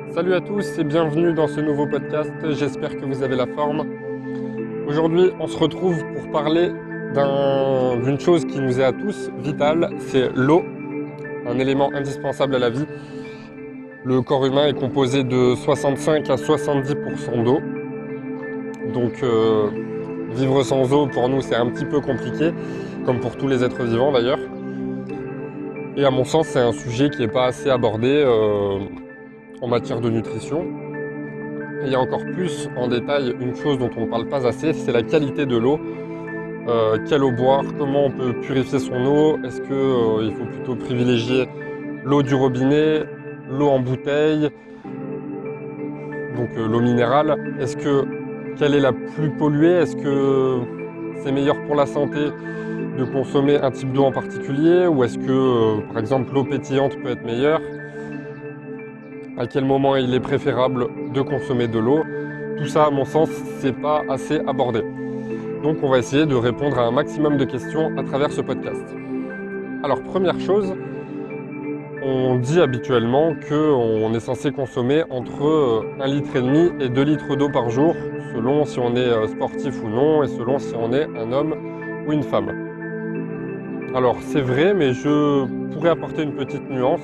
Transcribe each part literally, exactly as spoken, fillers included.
Salut à tous et bienvenue dans ce nouveau podcast, j'espère que vous avez la forme. Aujourd'hui on se retrouve pour parler d'une chose qui nous est à tous vitale, c'est l'eau, un élément indispensable à la vie. Le corps humain est composé de soixante-cinq à soixante-dix pour cent d'eau, donc euh, vivre sans eau pour nous c'est un petit peu compliqué, comme pour tous les êtres vivants d'ailleurs. Et à mon sens c'est un sujet qui n'est pas assez abordé euh, en matière de nutrition. Et il y a encore plus en détail une chose dont on ne parle pas assez, c'est la qualité de l'eau. Euh, quelle eau boire, comment on peut purifier son eau, est-ce qu'il euh, faut plutôt privilégier l'eau du robinet, l'eau en bouteille, donc euh, l'eau minérale, est-ce que quelle est la plus polluée, est-ce que c'est meilleur pour la santé de consommer un type d'eau en particulier, ou est-ce que euh, par exemple l'eau pétillante peut être meilleure? À quel moment il est préférable de consommer de l'eau? Tout ça, à mon sens, c'est pas assez abordé. Donc on va essayer de répondre à un maximum de questions à travers ce podcast. Alors première chose, on dit habituellement qu'on est censé consommer entre un litre et demi et deux litres d'eau par jour, selon si on est sportif ou non, et selon si on est un homme ou une femme. Alors c'est vrai, mais je pourrais apporter une petite nuance.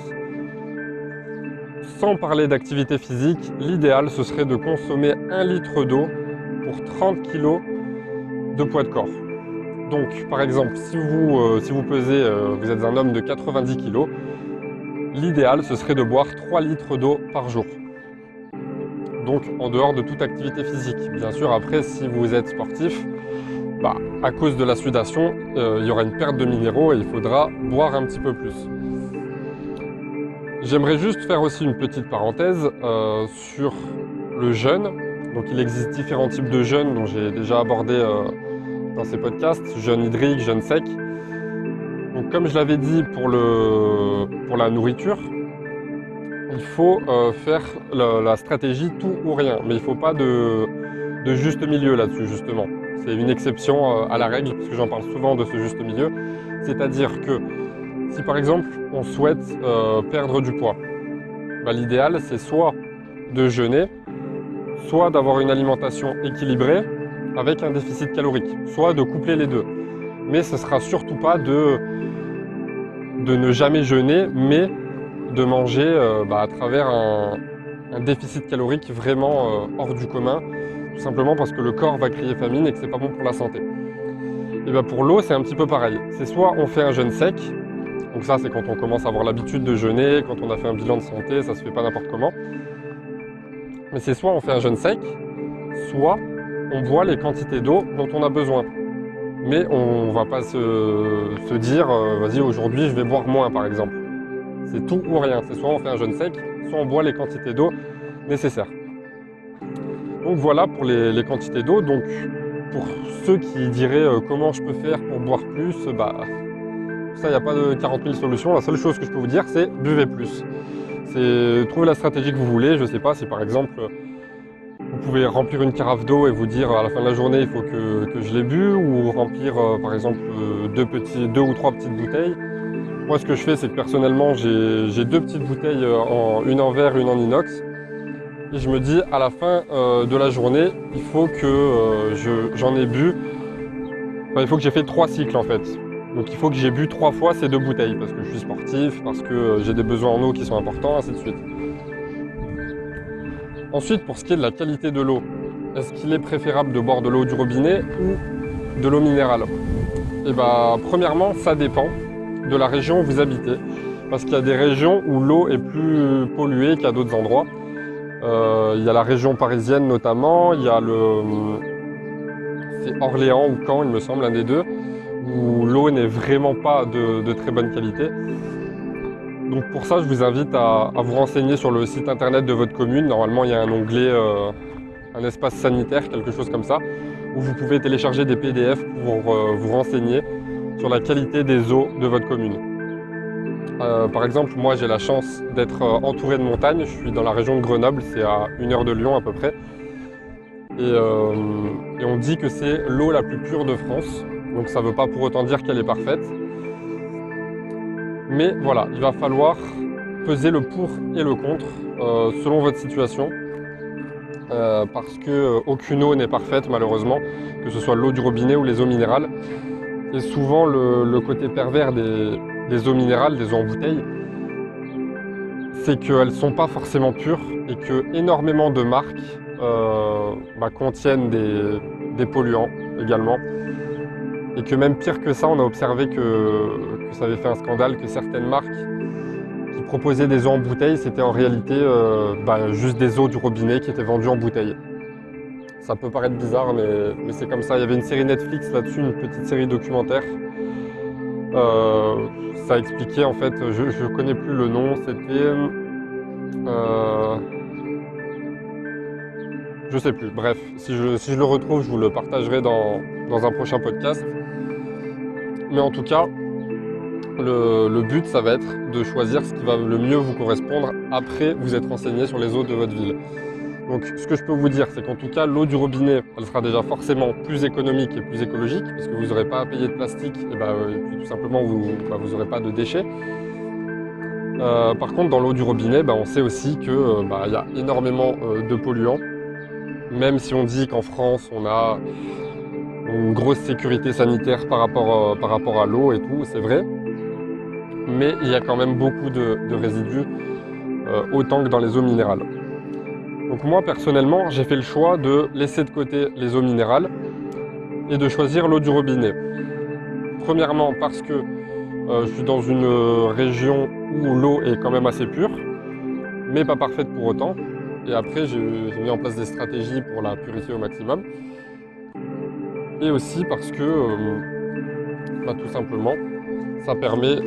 Sans parler d'activité physique, l'idéal ce serait de consommer un litre d'eau pour trente kilos de poids de corps. Donc par exemple, si vous, euh, si vous pesez, euh, vous êtes un homme de quatre-vingt-dix kilos, l'idéal ce serait de boire trois litres d'eau par jour. Donc en dehors de toute activité physique. Bien sûr, après si vous êtes sportif, bah, à cause de la sudation, euh, il y aura une perte de minéraux et il faudra boire un petit peu plus. J'aimerais juste faire aussi une petite parenthèse euh, sur le jeûne. Donc il existe différents types de jeûne dont j'ai déjà abordé euh, dans ces podcasts, jeûne hydrique, jeûne sec. Donc comme je l'avais dit pour, le, pour la nourriture, il faut euh, faire la, la stratégie tout ou rien, mais il ne faut pas de, de juste milieu là-dessus justement. C'est une exception euh, à la règle, parce que j'en parle souvent de ce juste milieu, c'est-à-dire que si par exemple on souhaite euh, perdre du poids, bah, l'idéal c'est soit de jeûner, soit d'avoir une alimentation équilibrée avec un déficit calorique, soit de coupler les deux. Mais ce ne sera surtout pas de, de ne jamais jeûner, mais de manger euh, bah, à travers un, un déficit calorique vraiment euh, hors du commun, tout simplement parce que le corps va crier famine et que c'est pas bon pour la santé. Et bah, pour l'eau c'est un petit peu pareil, c'est soit on fait un jeûne sec. Donc ça, c'est quand on commence à avoir l'habitude de jeûner, quand on a fait un bilan de santé, ça se fait pas n'importe comment. Mais c'est soit on fait un jeûne sec, soit on boit les quantités d'eau dont on a besoin. Mais on va pas se, se dire, euh, vas-y, aujourd'hui, je vais boire moins, par exemple. C'est tout ou rien. C'est soit on fait un jeûne sec, soit on boit les quantités d'eau nécessaires. Donc voilà pour les, les quantités d'eau. Donc pour ceux qui diraient euh, comment je peux faire pour boire plus, bah... ça, il n'y a pas de quarante mille solutions. La seule chose que je peux vous dire, c'est buvez plus. C'est trouver la stratégie que vous voulez. Je ne sais pas si par exemple, vous pouvez remplir une carafe d'eau et vous dire à la fin de la journée, il faut que, que je l'ai bu, ou remplir euh, par exemple deux, petits, deux ou trois petites bouteilles. Moi, ce que je fais, c'est que personnellement, j'ai deux petites bouteilles, en, une en verre, une en inox. Et je me dis, à la fin euh, de la journée, il faut que euh, j'en ai bu. Enfin, il faut que j'ai fait trois cycles en fait. Donc il faut que j'ai bu trois fois ces deux bouteilles, parce que je suis sportif, parce que j'ai des besoins en eau qui sont importants, ainsi de suite. Ensuite, pour ce qui est de la qualité de l'eau, est-ce qu'il est préférable de boire de l'eau du robinet ou de l'eau minérale? Et bah, premièrement, ça dépend de la région où vous habitez, parce qu'il y a des régions où l'eau est plus polluée qu'il y a d'autres endroits. Euh, il y a la région parisienne notamment, il y a le... c'est Orléans ou Caen, il me semble, un des deux, où l'eau n'est vraiment pas de, de très bonne qualité. Donc pour ça, je vous invite à, à vous renseigner sur le site internet de votre commune. Normalement, il y a un onglet, euh, un espace sanitaire, quelque chose comme ça, où vous pouvez télécharger des P D F pour euh, vous renseigner sur la qualité des eaux de votre commune. Euh, par exemple, moi j'ai la chance d'être entouré de montagnes. Je suis dans la région de Grenoble, c'est à une heure de Lyon à peu près. Et, euh, et on dit que c'est l'eau la plus pure de France. Donc ça ne veut pas pour autant dire qu'elle est parfaite. Mais voilà, il va falloir pesez le pour et le contre euh, selon votre situation. Euh, parce que euh, aucune eau n'est parfaite malheureusement, que ce soit l'eau du robinet ou les eaux minérales. Et souvent le, le côté pervers des, des eaux minérales, des eaux en bouteille, c'est qu'elles ne sont pas forcément pures et que énormément de marques euh, bah, contiennent des, des polluants également. Et que même pire que ça, on a observé que, que ça avait fait un scandale, que certaines marques qui proposaient des eaux en bouteille, c'était en réalité euh, bah, juste des eaux du robinet qui étaient vendues en bouteille. Ça peut paraître bizarre, mais, mais c'est comme ça. Il y avait une série Netflix là-dessus, une petite série documentaire. Euh, ça expliquait en fait, je ne connais plus le nom, c'était... Euh, je sais plus, bref, si je, si je le retrouve, je vous le partagerai dans, dans un prochain podcast. Mais en tout cas, le, le but, ça va être de choisir ce qui va le mieux vous correspondre après vous être renseigné sur les eaux de votre ville. Donc ce que je peux vous dire, c'est qu'en tout cas, l'eau du robinet, elle sera déjà forcément plus économique et plus écologique, parce que vous n'aurez pas à payer de plastique, et, bah, et puis tout simplement, vous n'aurez bah, pas de déchets. Euh, par contre, dans l'eau du robinet, bah, on sait aussi qu'il euh, bah, y a énormément euh, de polluants. Même si on dit qu'en France, on a une grosse sécurité sanitaire par rapport, euh, par rapport à l'eau et tout, c'est vrai. Mais il y a quand même beaucoup de, de résidus, euh, autant que dans les eaux minérales. Donc moi, personnellement, j'ai fait le choix de laisser de côté les eaux minérales et de choisir l'eau du robinet. Premièrement, parce que euh, je suis dans une région où l'eau est quand même assez pure, mais pas parfaite pour autant. Et après, j'ai mis en place des stratégies pour la purifier au maximum. Et aussi parce que, euh, bah, tout simplement, ça permet...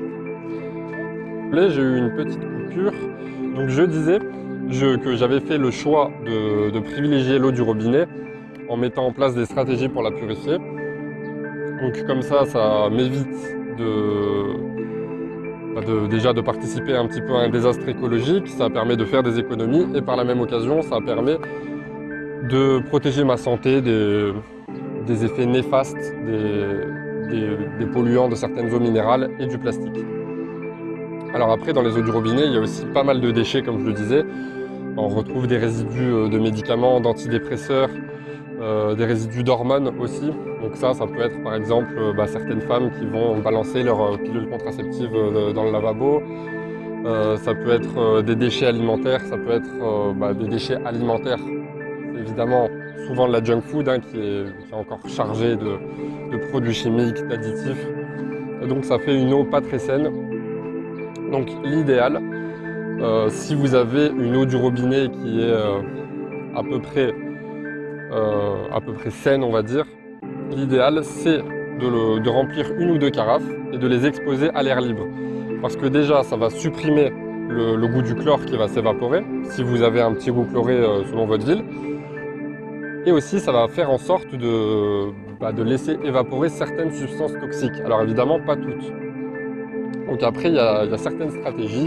Là, j'ai eu une petite coupure. Donc je disais je, que j'avais fait le choix de, de privilégier l'eau du robinet en mettant en place des stratégies pour la purifier. Donc comme ça, ça m'évite de, bah de, déjà de participer un petit peu à un désastre écologique, ça permet de faire des économies et par la même occasion, ça permet de protéger ma santé des, des effets néfastes des, des, des polluants de certaines eaux minérales et du plastique. Alors après, dans les eaux du robinet, il y a aussi pas mal de déchets, comme je le disais. On retrouve des résidus de médicaments, d'antidépresseurs, euh, des résidus d'hormones aussi. Donc ça, ça peut être par exemple bah, certaines femmes qui vont balancer leur pilule contraceptive dans le lavabo. Euh, ça peut être euh, des déchets alimentaires, ça peut être euh, bah, des déchets alimentaires. Évidemment, souvent de la junk food hein, qui, est, qui est encore chargée de, de produits chimiques, d'additifs. Et donc ça fait une eau pas très saine. Donc l'idéal, euh, si vous avez une eau du robinet qui est euh, à peu près, euh, à peu près saine, on va dire, l'idéal c'est de, le, de remplir une ou deux carafes et de les exposer à l'air libre. Parce que déjà, ça va supprimer le, le goût du chlore qui va s'évaporer, si vous avez un petit goût chloré euh, selon votre ville. Et aussi, ça va faire en sorte de, bah, de laisser évaporer certaines substances toxiques. Alors évidemment, pas toutes. Donc après, il y a, y a certaines stratégies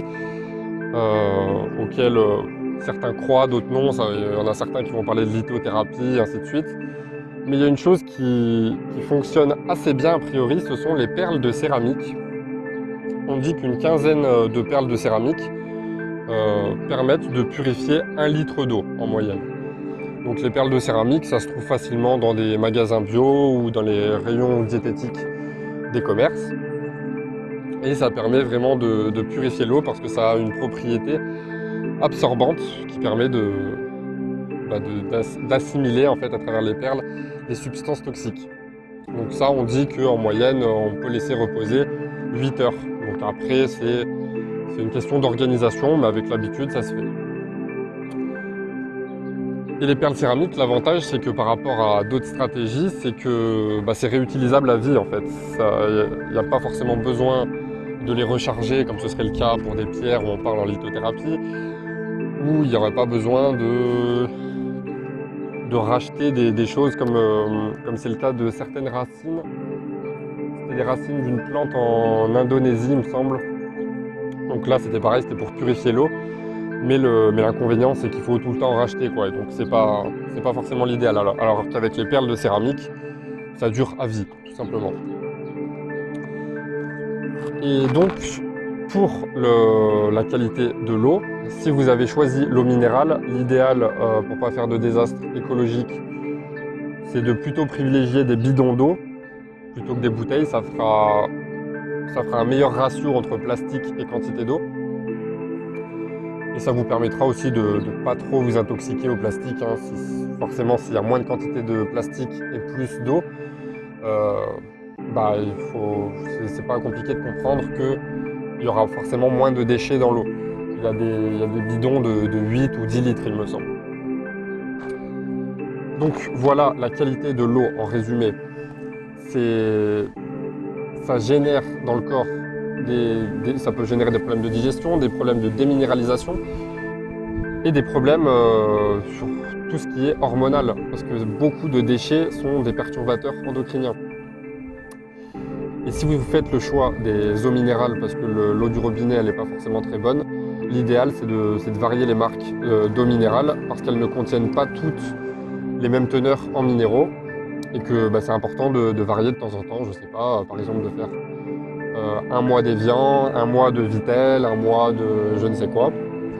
euh, auxquelles euh, certains croient, d'autres non. Il y en a certains qui vont parler de lithothérapie, ainsi de suite. Mais il y a une chose qui, qui fonctionne assez bien a priori, ce sont les perles de céramique. On dit qu'une quinzaine de perles de céramique euh, permettent de purifier un litre d'eau en moyenne. Donc les perles de céramique, ça se trouve facilement dans des magasins bio ou dans les rayons diététiques des commerces. Et ça permet vraiment de, de purifier l'eau parce que ça a une propriété absorbante qui permet de, bah de, d'assimiler en fait à travers les perles les substances toxiques. Donc ça, on dit qu'en moyenne, on peut laisser reposer huit heures. Donc après, c'est une question d'organisation, mais avec l'habitude, ça se fait. Et les perles céramiques, l'avantage, c'est que par rapport à d'autres stratégies, c'est que bah, c'est réutilisable à vie en fait. Il n'y a, a pas forcément besoin de les recharger, comme ce serait le cas pour des pierres où on parle en lithothérapie, où il n'y aurait pas besoin de, de racheter des, des choses comme euh, comme c'est le cas de certaines racines. C'était des racines d'une plante en Indonésie, il me semble. Donc là, c'était pareil, c'était pour purifier l'eau. Mais l'inconvénient, mais c'est qu'il faut tout le temps en racheter, quoi. Et donc, c'est pas, c'est pas forcément l'idéal. Alors, alors qu'avec les perles de céramique, ça dure à vie, tout simplement. Et donc, Pour le, la qualité de l'eau, si vous avez choisi l'eau minérale, l'idéal euh, pour ne pas faire de désastre écologique, c'est de plutôt privilégier des bidons d'eau plutôt que des bouteilles. Ça fera, ça fera un meilleur ratio entre plastique et quantité d'eau. Et ça vous permettra aussi de ne pas trop vous intoxiquer au plastique. Hein. Si, forcément, s'il y a moins de quantité de plastique et plus d'eau, euh, bah, il faut, c'est pas compliqué de comprendre qu'il y aura forcément moins de déchets dans l'eau. Il y a des, il y a des bidons de, de huit ou dix litres, il me semble. Donc voilà la qualité de l'eau en résumé. C'est, ça génère dans le corps, des, des, ça peut générer des problèmes de digestion, des problèmes de déminéralisation et des problèmes euh, sur tout ce qui est hormonal, parce que beaucoup de déchets sont des perturbateurs endocriniens. Et si vous faites le choix des eaux minérales, parce que le, l'eau du robinet elle n'est pas forcément très bonne, l'idéal c'est de, c'est de varier les marques euh, d'eau minérale, parce qu'elles ne contiennent pas toutes les mêmes teneurs en minéraux, et que bah, c'est important de, de varier de temps en temps, je sais pas, par exemple de faire euh, un mois d'Evian, un mois de Vittel, un mois de je ne sais quoi.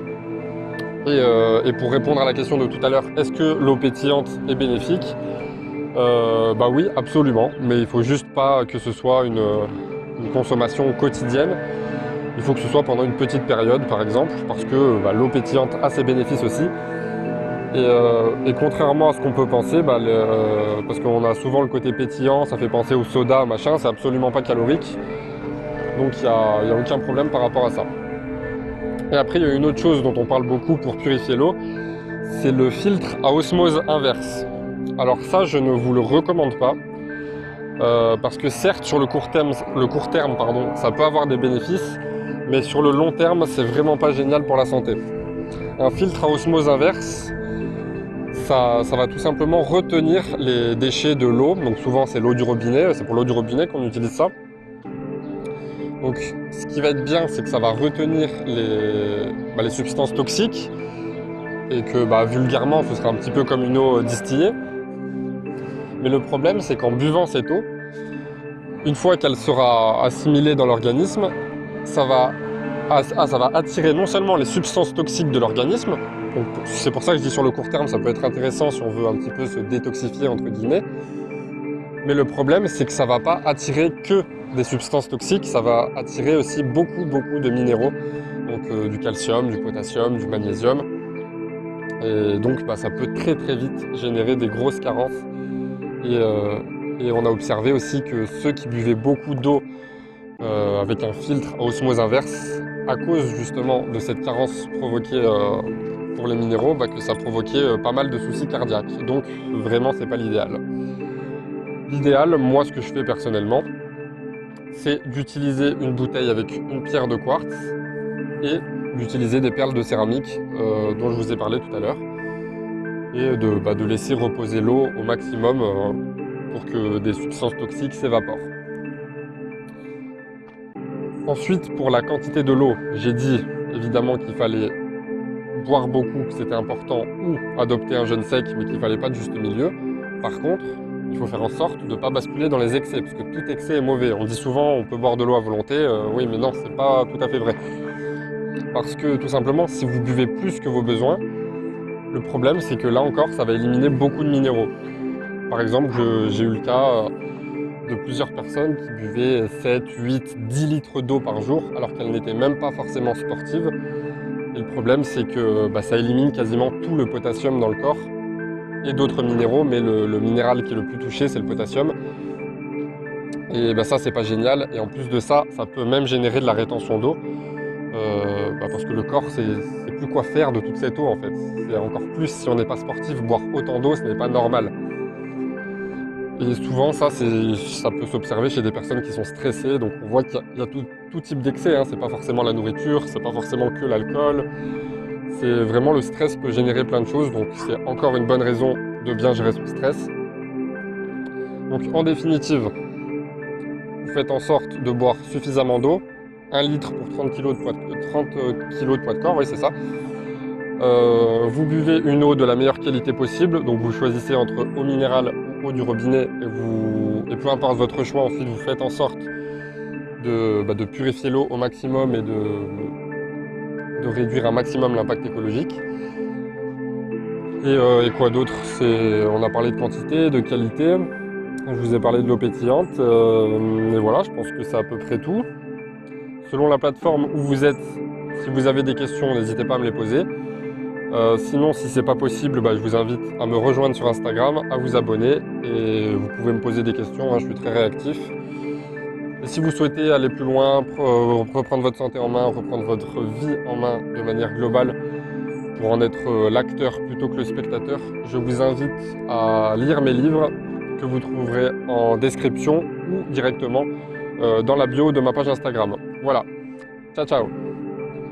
Et, euh, et pour répondre à la question de tout à l'heure, est-ce que l'eau pétillante est bénéfique ? euh, Bah oui, absolument, mais il faut juste pas que ce soit une, une consommation quotidienne. Il faut que ce soit pendant une petite période, par exemple, parce que bah, l'eau pétillante a ses bénéfices aussi. Et, euh, et contrairement à ce qu'on peut penser, bah, le, euh, parce qu'on a souvent le côté pétillant, ça fait penser au soda, machin, c'est absolument pas calorique. Donc il n'y a, a aucun problème par rapport à ça. Et après, il y a une autre chose dont on parle beaucoup pour purifier l'eau, c'est le filtre à osmose inverse. Alors ça, je ne vous le recommande pas, euh, parce que certes, sur le court terme, le court terme pardon, ça peut avoir des bénéfices, mais sur le long terme, c'est vraiment pas génial pour la santé. Un filtre à osmose inverse, ça, ça va tout simplement retenir les déchets de l'eau, donc souvent c'est l'eau du robinet, c'est pour l'eau du robinet qu'on utilise ça. Donc ce qui va être bien, c'est que ça va retenir les, bah, les substances toxiques, et que bah, vulgairement ce sera un petit peu comme une eau distillée. Mais le problème, c'est qu'en buvant cette eau, une fois qu'elle sera assimilée dans l'organisme, ça va, ah, ça va attirer non seulement les substances toxiques de l'organisme, c'est pour ça que je dis sur le court terme, ça peut être intéressant si on veut un petit peu se détoxifier entre guillemets, mais le problème, c'est que ça ne va pas attirer que des substances toxiques, ça va attirer aussi beaucoup beaucoup de minéraux, donc euh, du calcium, du potassium, du magnésium, et donc bah, ça peut très très vite générer des grosses carences. Et, euh, et on a observé aussi que ceux qui buvaient beaucoup d'eau euh, avec un filtre à osmose inverse, à cause justement de cette carence provoquée euh, pour les minéraux, bah, que ça provoquait euh, pas mal de soucis cardiaques. Donc vraiment, c'est pas l'idéal. L'idéal, moi, ce que je fais personnellement, c'est d'utiliser une bouteille avec une pierre de quartz et d'utiliser des perles de céramique euh, dont je vous ai parlé tout à l'heure, et de, bah, de laisser reposer l'eau au maximum euh, pour que des substances toxiques s'évaporent. Ensuite, pour la quantité de l'eau, j'ai dit évidemment qu'il fallait boire beaucoup, que c'était important, ou adopter un jeûne sec, mais qu'il ne fallait pas de juste milieu. Par contre, il faut faire en sorte de ne pas basculer dans les excès, parce que tout excès est mauvais. On dit souvent on peut boire de l'eau à volonté, euh, oui mais non, c'est pas tout à fait vrai. Parce que tout simplement, si vous buvez plus que vos besoins, le problème, c'est que là encore, ça va éliminer beaucoup de minéraux. Par exemple, j'ai eu le cas de plusieurs personnes qui buvaient sept, huit, dix litres d'eau par jour, alors qu'elles n'étaient même pas forcément sportives. Et le problème, c'est que bah, ça élimine quasiment tout le potassium dans le corps et d'autres minéraux, mais le, le minéral qui est le plus touché, c'est le potassium. Et bah, ça, c'est pas génial. Et en plus de ça, ça peut même générer de la rétention d'eau. Euh, bah parce que le corps, c'est plus quoi faire de toute cette eau en fait. C'est encore plus, si on n'est pas sportif, boire autant d'eau, ce n'est pas normal. Et souvent, ça, ça peut s'observer chez des personnes qui sont stressées. Donc on voit qu'il y, y a tout, tout type d'excès, hein. C'est pas forcément la nourriture, c'est pas forcément que l'alcool. C'est vraiment le stress peut générer plein de choses. Donc c'est encore une bonne raison de bien gérer son stress. Donc en définitive, vous faites en sorte de boire suffisamment d'eau. un litre pour trente kilos de poids de, trente kilos de poids de corps, oui c'est ça. Euh, vous buvez une eau de la meilleure qualité possible, donc vous choisissez entre eau minérale ou eau du robinet, et, vous, et peu importe votre choix, ensuite vous faites en sorte de, bah, de purifier l'eau au maximum et de, de réduire un maximum l'impact écologique. Et, euh, et quoi d'autre? On a parlé de quantité, de qualité, je vous ai parlé de l'eau pétillante, euh, et voilà, je pense que c'est à peu près tout. Selon la plateforme où vous êtes, si vous avez des questions, n'hésitez pas à me les poser. Euh, sinon, si c'est pas possible, bah, je vous invite à me rejoindre sur Instagram, à vous abonner, et vous pouvez me poser des questions, hein, je suis très réactif. Et si vous souhaitez aller plus loin, reprendre votre santé en main, reprendre votre vie en main de manière globale, pour en être l'acteur plutôt que le spectateur, je vous invite à lire mes livres que vous trouverez en description ou directement dans la bio de ma page Instagram. Voilà, ciao ciao.